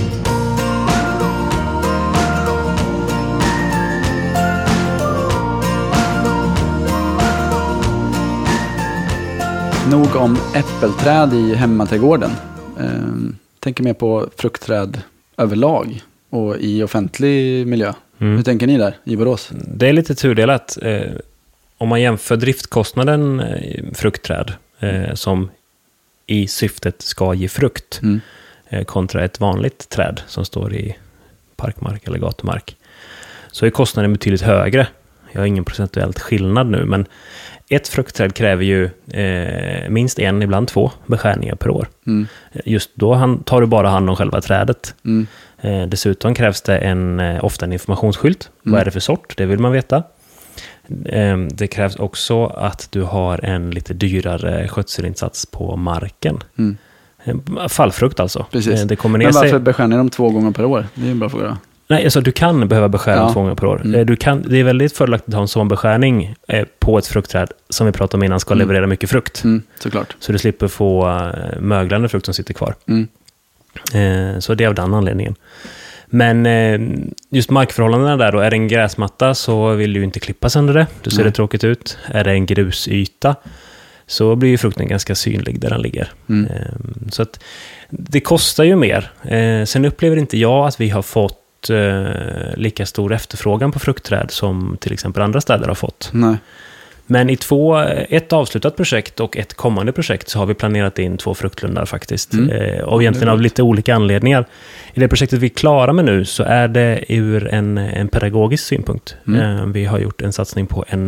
Nog om äppelträd i hemmaträdgården. Tänker mer på fruktträd överlag och i offentlig miljö. Hur tänker ni där i Borås? Det är lite tudelat. Om man jämför driftkostnaden fruktträd som i syftet ska ge frukt kontra ett vanligt träd som står i parkmark eller gatumark, så är kostnaden betydligt högre. Jag har ingen procentuellt skillnad nu, men ett fruktträd kräver ju minst 1, ibland 2 beskärningar per år. Just då tar du bara hand om själva trädet. Dessutom krävs det ofta en informationsskylt. Vad är det för sort? Det vill man veta. Det krävs också att du har en lite dyrare skötselinsats på marken. Fallfrukt alltså. Precis. Det kommer ner. Men varför beskärner de 2 gånger per år? Det är en bra fråga. Nej, alltså du kan behöva beskära 2 gånger per år. Det är väldigt fördelaktigt att ha en sån beskärning på ett fruktträd som vi pratade om innan ska leverera mycket frukt. Såklart. Så du slipper få möglande frukt som sitter kvar. Så det är av den anledningen. Men just markförhållandena där då, är det en gräsmatta så vill du inte klippa sönder det. Då ser det tråkigt ut. Är det en grusyta så blir ju frukten ganska synlig där den ligger. Så att det kostar ju mer. Sen upplever inte jag att vi har fått lika stor efterfrågan på fruktträd som till exempel andra städer har fått. Nej. Men i ett avslutat projekt och ett kommande projekt så har vi planerat in 2 fruktlundar faktiskt. Och egentligen av lite olika anledningar. I det projektet vi är klara med nu så är det ur en pedagogisk synpunkt. Vi har gjort en satsning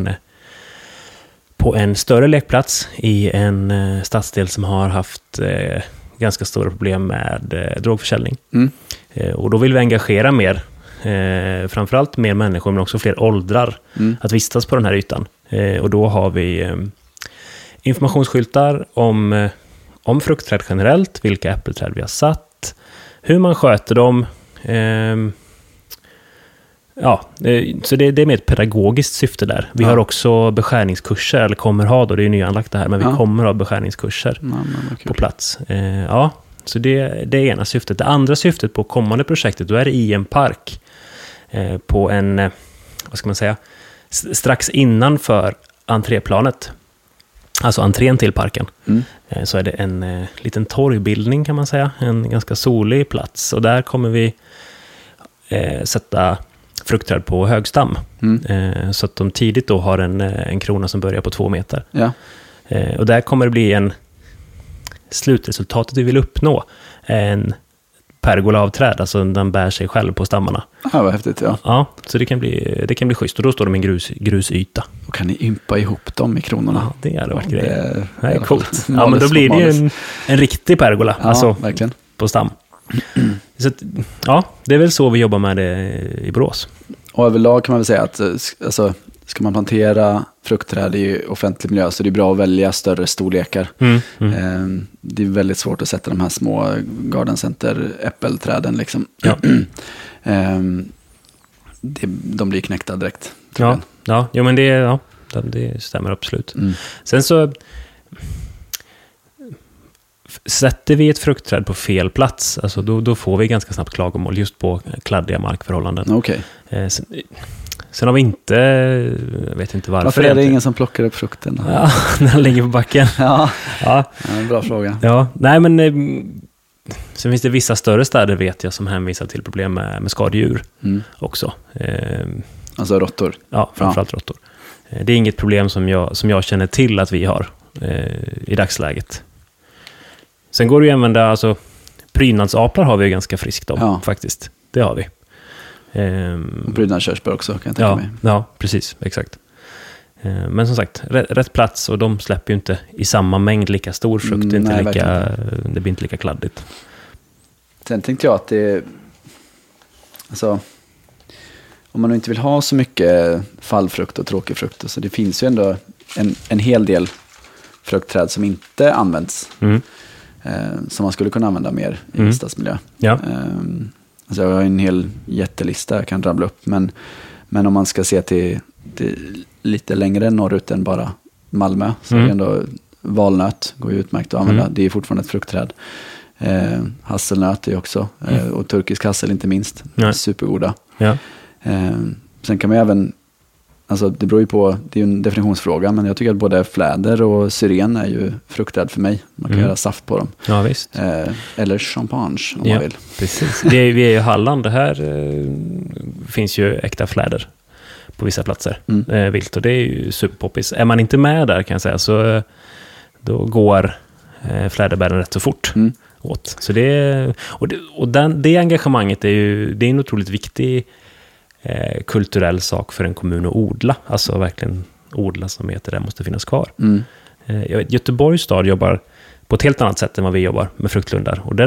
på en större lekplats i en stadsdel som har haft ganska stora problem med drogförsäljning. Och då vill vi engagera mer, framförallt mer människor men också fler åldrar att vistas på den här ytan. Och då har vi informationsskyltar om fruktträd generellt, vilka äppelträd vi har satt, hur man sköter dem. Så det är med ett pedagogiskt syfte där. Vi har också beskärningskurser, eller kommer ha då, det är ju nyanlagt det här, men vi kommer ha beskärningskurser på plats. Så det är ena syftet. Det andra syftet på kommande projektet, då är det i en park på en, vad ska man säga, strax innanför entréplanet, alltså entrén till parken, så är det en liten torgbildning kan man säga, en ganska solig plats, och där kommer vi sätta fruktträd på högstam, så att de tidigt då har en krona som börjar på 2 meter. Och där kommer det bli slutresultatet vi vill uppnå, en pergola av träd, alltså den bär sig själv på stammarna. Ja, vad häftigt, Ja, så det kan bli schysst, och då står de i en grusyta. Och kan ni ympa ihop dem i kronorna? Ja, det hade varit grejer. Det är coolt. Ja, men då blir det ju en riktig pergola, alltså verkligen. På stam. Så att, det är väl så vi jobbar med det i Borås. Och överlag kan man väl säga att alltså, ska man plantera fruktträd i offentlig miljö så är det bra att välja större storlekar. Det är väldigt svårt att sätta de här små garden center äppelträden liksom. Ja. De blir knäckta direkt. Ja, men det stämmer absolut. Sen så sätter vi ett fruktträd på fel plats, alltså då får vi ganska snabbt klagomål just på kladdiga markförhållanden. Okay. Sen har vi inte, jag vet inte varför. Varför är det ingen som plockar upp frukten? Ja, när den ligger på backen. Ja, bra fråga. Ja, nej men sen finns det vissa större städer vet jag som hänvisar till problem med skadedjur också. Alltså råttor? Ja, framförallt råttor. Det är inget problem som jag känner till att vi har i dagsläget. Sen går det ju att använda, alltså prydnadsaplar har vi ju ganska friskt om faktiskt. Det har vi. Prydnadskörsbär också kan jag tänka mig. Ja, precis, exakt. Men som sagt, rätt plats och de släpper ju inte i samma mängd lika stor frukt. Det blir inte lika kladdigt. Sen tänkte jag att det, alltså, om man inte vill ha så mycket fallfrukt och tråkig frukt, så det finns ju ändå en hel del fruktträd som inte används. Som man skulle kunna använda mer i stadsmiljö. Ja. Alltså jag har en hel jättelista jag kan rabbla upp, men om man ska se till lite längre norrut än bara Malmö, så är det ändå valnöt, går ju utmärkt att använda. Det är fortfarande ett fruktträd. Hasselnöt är också, och turkisk hassel inte minst. Supergoda. Ja. Sen kan man även, alltså det beror ju på, det är ju en definitionsfråga, men jag tycker att både fläder och syren är ju fruktträd för mig. Man kan göra saft på dem. Ja, visst. Eller champagne om man vill. Precis. Vi är ju i Halland, det här finns ju äkta fläder på vissa platser. Vilt, och det är ju superpoppis. Är man inte med där kan jag säga, så då går fläderbären rätt så fort åt. Så det engagemanget det är en otroligt viktig kulturell sak för en kommun att odla. Alltså verkligen odla som heter det måste finnas kvar. Göteborgs stad jobbar på ett helt annat sätt än vad vi jobbar med fruktlundar. Och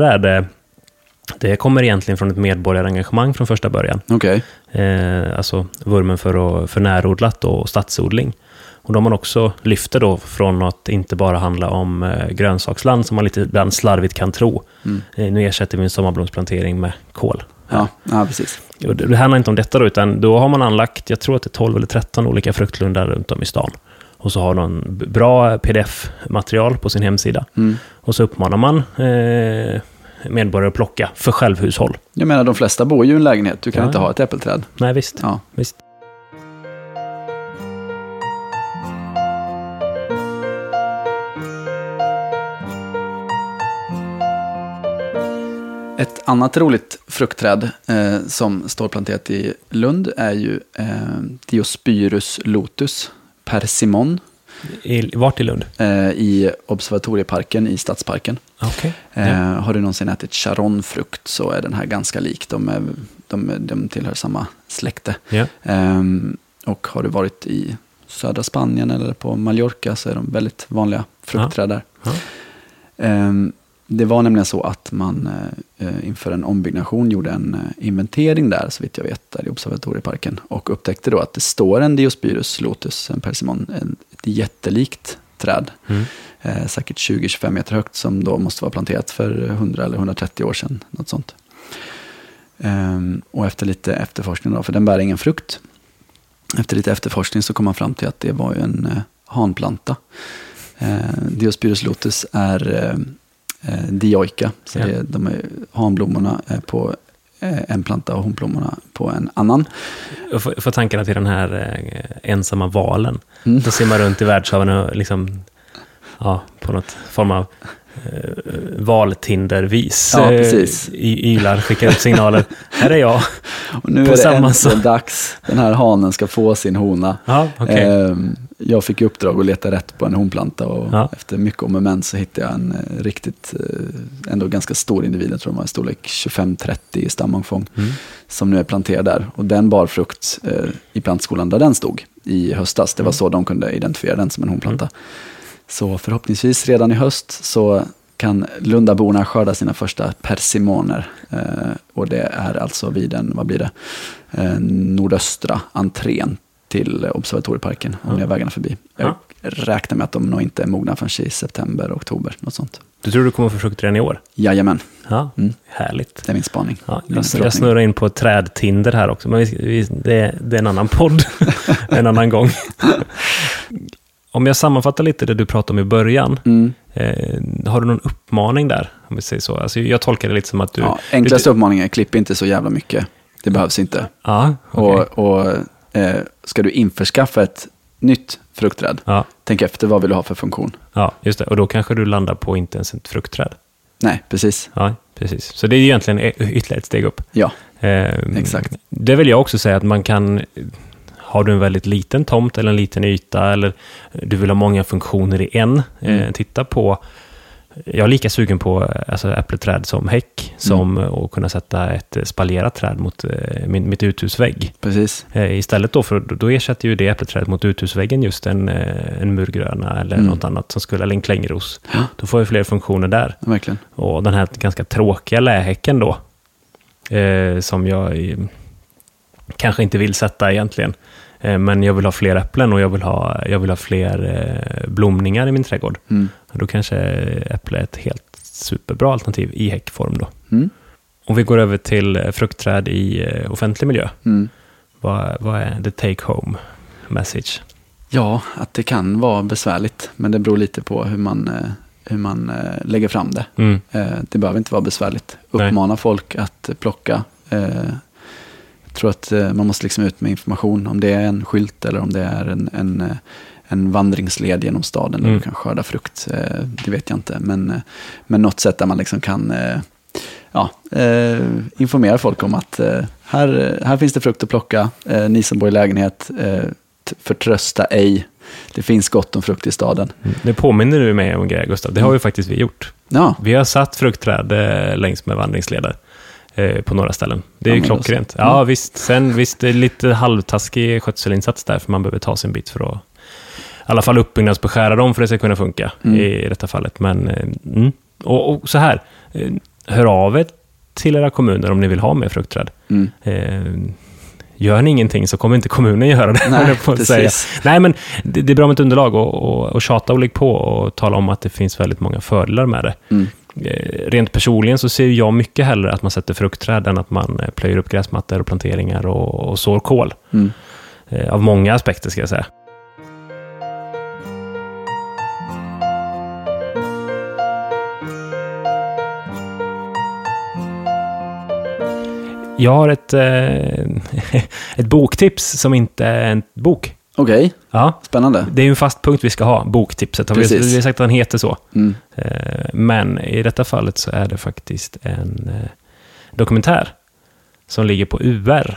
det kommer egentligen från ett medborgarengagemang från första början. Okay. Alltså vurmen för närodlat och stadsodling. Och de man också lyfter då från att inte bara handla om grönsaksland som man lite ibland slarvigt kan tro. Nu ersätter vi en sommarblomsplantering med kål. Ja, precis. Det handlar inte om detta då, utan då har man anlagt, jag tror att det är 12 eller 13 olika fruktlundar runt om i stan. Och så har de bra pdf-material på sin hemsida. Och så uppmanar man medborgare att plocka för självhushåll. Jag menar, de flesta bor ju i en lägenhet. Du kan inte ha ett äppelträd. Nej, visst. Ja. Visst. Ett annat roligt fruktträd som står planterat i Lund är ju Diospyrus lotus persimmon. Vart i Lund? I Observatorieparken i Stadsparken. Okay. Har du någonsin ätit charonfrukt så är den här ganska lik. De tillhör samma släkte. Yeah. Och har du varit i södra Spanien eller på Mallorca så är de väldigt vanliga fruktträd där. Det var nämligen så att man inför en ombyggnation gjorde en inventering där, så vitt jag vet, där i Observatorieparken, och upptäckte då att det står en Diospyrus lotus, en persimmon, ett jättelikt träd, säkert 20-25 meter högt, som då måste vara planterat för 100 eller 130 år sedan, något sånt. Och efter lite efterforskning då, för den bär ingen frukt, efter lite efterforskning så kom man fram till att det var ju en hanplanta. Diospyrus lotus är dioika, så hanblommorna är på en planta och honblommorna på en annan. Jag får tankarna till den här ensamma valen. Då ser man runt i världshaven och liksom, på något form av valtindervis ylar, skickar ut signaler. Här är jag. Och nu är det äntligen dags. Den här hanen ska få sin hona. Jag fick i uppdrag att leta rätt på en honplanta och efter mycket om och men så hittade jag en riktigt ändå ganska stor individ. Jag tror de var storlek 25-30 i stamomfång som nu är planterad där. Och den bar frukt i plantskolan där den stod i höstas. Det var så de kunde identifiera den som en honplanta. Så förhoppningsvis redan i höst så kan Lundaborna skörda sina första persimoner. Och det är alltså vid nordöstra entrén till observatorieparken, om ni har vägarna förbi. Jag räknar med att de nog inte är mogna förrän i september, oktober, något sånt. Du tror du kommer få frukt redan i år? Jajamän. Ja, härligt. Det är min spaning. Ja, jag snurrar in på trädtinder här också, men det är en annan podd en annan gång. Om jag sammanfattar lite det du pratade om i början, har du någon uppmaning där? Om vi säger så. Alltså, jag tolkar det lite som att du... Ja, enklaste uppmaningen är klipp inte så jävla mycket. Det behövs inte. Ja, okay. Ska du införskaffa ett nytt fruktträd, tänk efter vad vill du ha för funktion. Ja, just det. Och då kanske du landar på inte ens ett fruktträd. Nej, precis. Ja, precis. Så det är egentligen ytterligare ett steg upp. Ja, exakt. Det vill jag också säga att man kan... Har du en väldigt liten tomt eller en liten yta eller du vill ha många funktioner i en, titta på... Jag är lika sugen på äppelträd som häck som att kunna sätta ett spaljerat träd mot mitt uthusvägg. Precis. Istället då ersätter ju det äppelträdet mot uthusväggen just en murgröna eller något annat som eller en klängros. Ja. Då får vi fler funktioner där. Ja, verkligen. Och den här ganska tråkiga lähäcken då som jag kanske inte vill sätta egentligen. Men jag vill ha fler äpplen och jag vill ha fler blomningar i min trädgård. Då kanske äpple är ett helt superbra alternativ i häckform då. Om vi går över till fruktträd i offentlig miljö. Vad är the take home message? Ja, att det kan vara besvärligt, men det beror lite på hur man lägger fram det. Det behöver inte vara besvärligt. Uppmana folk att plocka. Jag tror att man måste liksom ut med information, om det är en skylt eller om det är en vandringsled genom staden där du kan skörda frukt. Det vet jag inte, men något sätt där man liksom kan informera folk om att här finns det frukt att plocka. Ni som bor i lägenhet, förtrösta ej. Det finns gott om frukt i staden. Det påminner du mig om en grej, Gustav. Det har ju faktiskt vi gjort. Ja. Vi har satt fruktträd längs med vandringsleder på några ställen. Det är ju klockrent. Ja, visst. Det är lite halvtaskig skötselinsats där, för man behöver ta sin bit för att i alla fall uppbyggnadsbeskära dem för att det ska kunna funka i detta fallet. Men, och så här, hör av er till era kommuner om ni vill ha mer fruktträd. Gör ni ingenting så kommer inte kommunen göra det. Nej, precis. Nej, men det är bra med ett underlag och tjata och ligga på och tala om att det finns väldigt många fördelar med det. Rent personligen så ser jag mycket hellre att man sätter fruktträd än att man plöjer upp gräsmattor och planteringar och sår kål. Av många aspekter ska jag säga. Jag har ett boktips som inte är en bok. Okej, spännande. Det är ju en fast punkt vi ska ha, boktipset. Vi har sagt att den heter så. Men i detta fallet så är det faktiskt en dokumentär som ligger på UR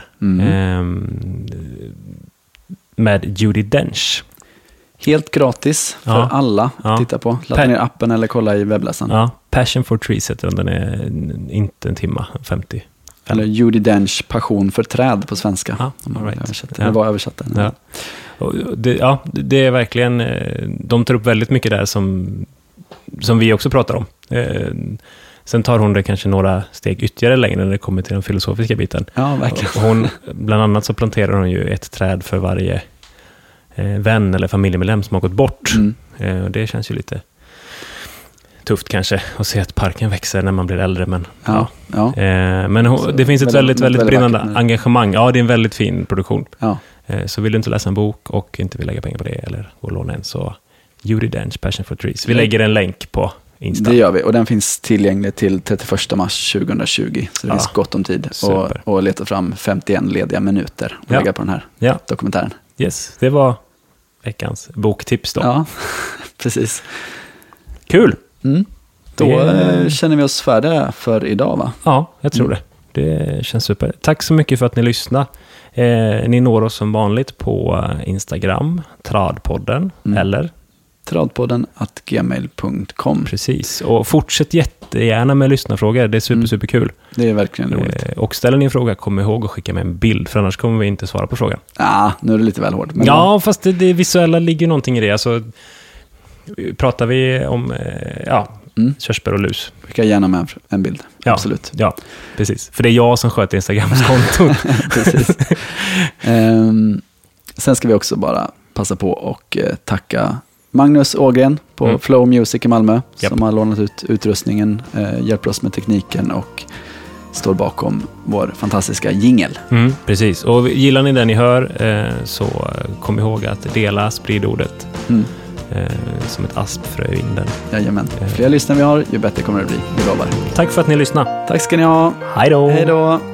med Judi Dench. Helt gratis för alla att titta på. Ladda ner appen eller kolla i webbläsaren. Ja, Passion for Trees heter den är inte en timma, 50. Eller Judi Dench, Passion för träd på svenska. Det var översatt den. Ja. Och det är verkligen, de tar upp väldigt mycket där som vi också pratar om. Sen tar hon det kanske några steg ytterligare längre när det kommer till den filosofiska biten. Ja, verkligen. Bland annat så planterar hon ju ett träd för varje vän eller familjemedlem som har gått bort. Och det känns ju lite tufft kanske att se att parken växer när man blir äldre. Men, men det finns ett väldigt brinnande engagemang. Ja, det är en väldigt fin produktion. Ja. Så vill du inte läsa en bok och inte vill lägga pengar på det eller gå och låna en, så Judi Dench, Passion for Trees. Vi lägger en länk på Insta. Det gör vi, och den finns tillgänglig till 31 mars 2020. Så det finns gott om tid att leta fram 51 lediga minuter och lägga på den här dokumentären. Yes, det var veckans boktips då. Ja, precis. Kul! Då känner vi oss färdiga för idag, va? Ja, jag tror det. Det känns super. Tack så mycket för att ni lyssnade. Ni når oss som vanligt på Instagram, Tradpodden, eller tradpodden@gmail.com. Precis, och fortsätt jättegärna med lyssnarfrågor. Det är superkul. Det är verkligen roligt. Och ställer ni en fråga, kom ihåg att skicka med en bild, för annars kommer vi inte svara på frågan. Nu är det lite väl hårt. Men fast det visuella ligger någonting i det. Alltså, pratar vi om körsbär och lus. Skicka gärna med en bild. Ja, absolut. Ja, precis. För det är jag som sköter Instagrams-kontot. Precis. Sen ska vi också bara passa på och tacka Magnus Ågren på Flow Music i Malmö som har lånat ut utrustningen, hjälper oss med tekniken och står bakom vår fantastiska jingle. Precis, och gillar ni det ni hör så kom ihåg att dela, sprid ordet som ett aspfrö i vinden. Jajamän. Fler lyssnare vi har, ju bättre kommer det bli, vi lovar. Tack för att ni lyssnade. Tack ska ni ha. Hej då. Hej då.